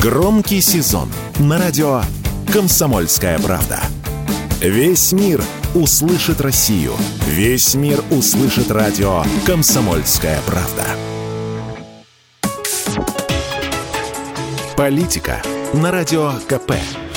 Громкий сезон на радио «Комсомольская правда». Весь мир услышит Россию. Весь мир услышит радио «Комсомольская правда». Политика на радио КП.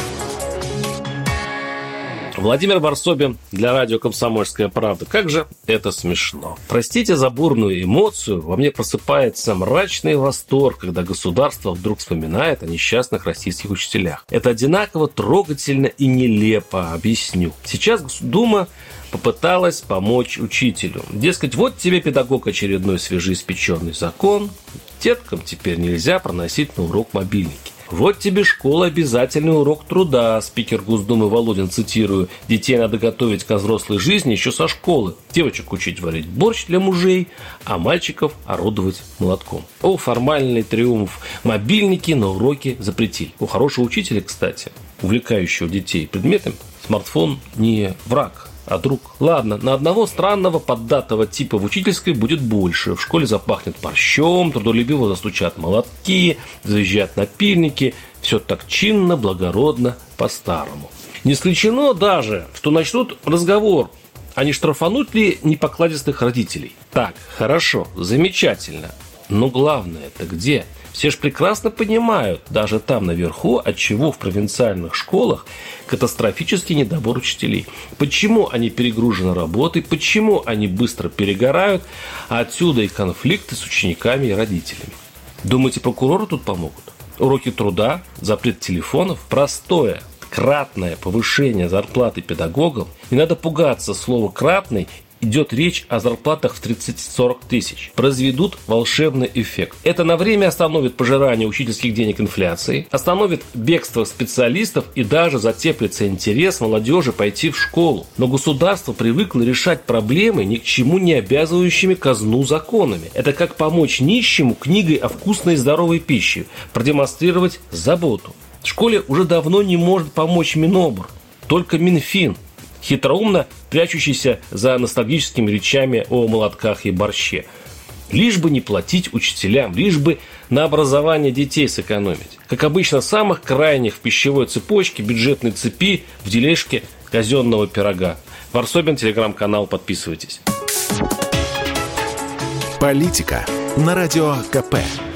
Владимир Варсобин для радио «Комсомольская правда». Как же это смешно. Простите за бурную эмоцию, во мне просыпается мрачный восторг, когда государство вдруг вспоминает о несчастных российских учителях. Это одинаково трогательно и нелепо, объясню. Сейчас Госдума попыталась помочь учителю. Дескать, вот тебе, педагог, очередной свежеиспеченный закон. Деткам теперь нельзя проносить на урок мобильники. Вот тебе школа, обязательный урок труда. Спикер Госдумы Володин, цитирую: детей надо готовить к взрослой жизни еще со школы. Девочек учить варить борщ для мужей, а мальчиков орудовать молотком. О, формальный триумф. Мобильники на уроке запретили. У хорошего учителя, кстати, увлекающего детей предметом, смартфон не враг, а друг. Ладно, на одного странного поддатого типа в учительской будет больше. В школе запахнет борщом, трудолюбиво застучат молотки, завизжат напильники. Все так чинно, благородно, по-старому. Не исключено даже, что начнут разговор, а не штрафануть ли непокладистых родителей. Так, хорошо, замечательно. Но главное-то где? Все же прекрасно понимают, даже там наверху, отчего в провинциальных школах катастрофический недобор учителей. Почему они перегружены работой, почему они быстро перегорают, а отсюда и конфликты с учениками и родителями. Думаете, прокуроры тут помогут? Уроки труда, запрет телефонов, простое, кратное повышение зарплаты педагогам. Не надо пугаться слова «кратный». Идет речь о зарплатах в 30-40 тысяч. Произведут волшебный эффект. Это на время остановит пожирание учительских денег инфляцией, остановит бегство специалистов и даже затеплится интерес молодежи пойти в школу. Но государство привыкло решать проблемы ни к чему не обязывающими казну законами. Это как помочь нищему книгой о вкусной и здоровой пище, продемонстрировать заботу. В школе уже давно не может помочь Минобр, только Минфин, хитроумно прячущийся за ностальгическими речами о молотках и борще. Лишь бы не платить учителям, лишь бы на образование детей сэкономить. Как обычно, самых крайних в пищевой цепочке бюджетной цепи в дележке казенного пирога. Варсобин, телеграм-канал, подписывайтесь. Политика на радио КП.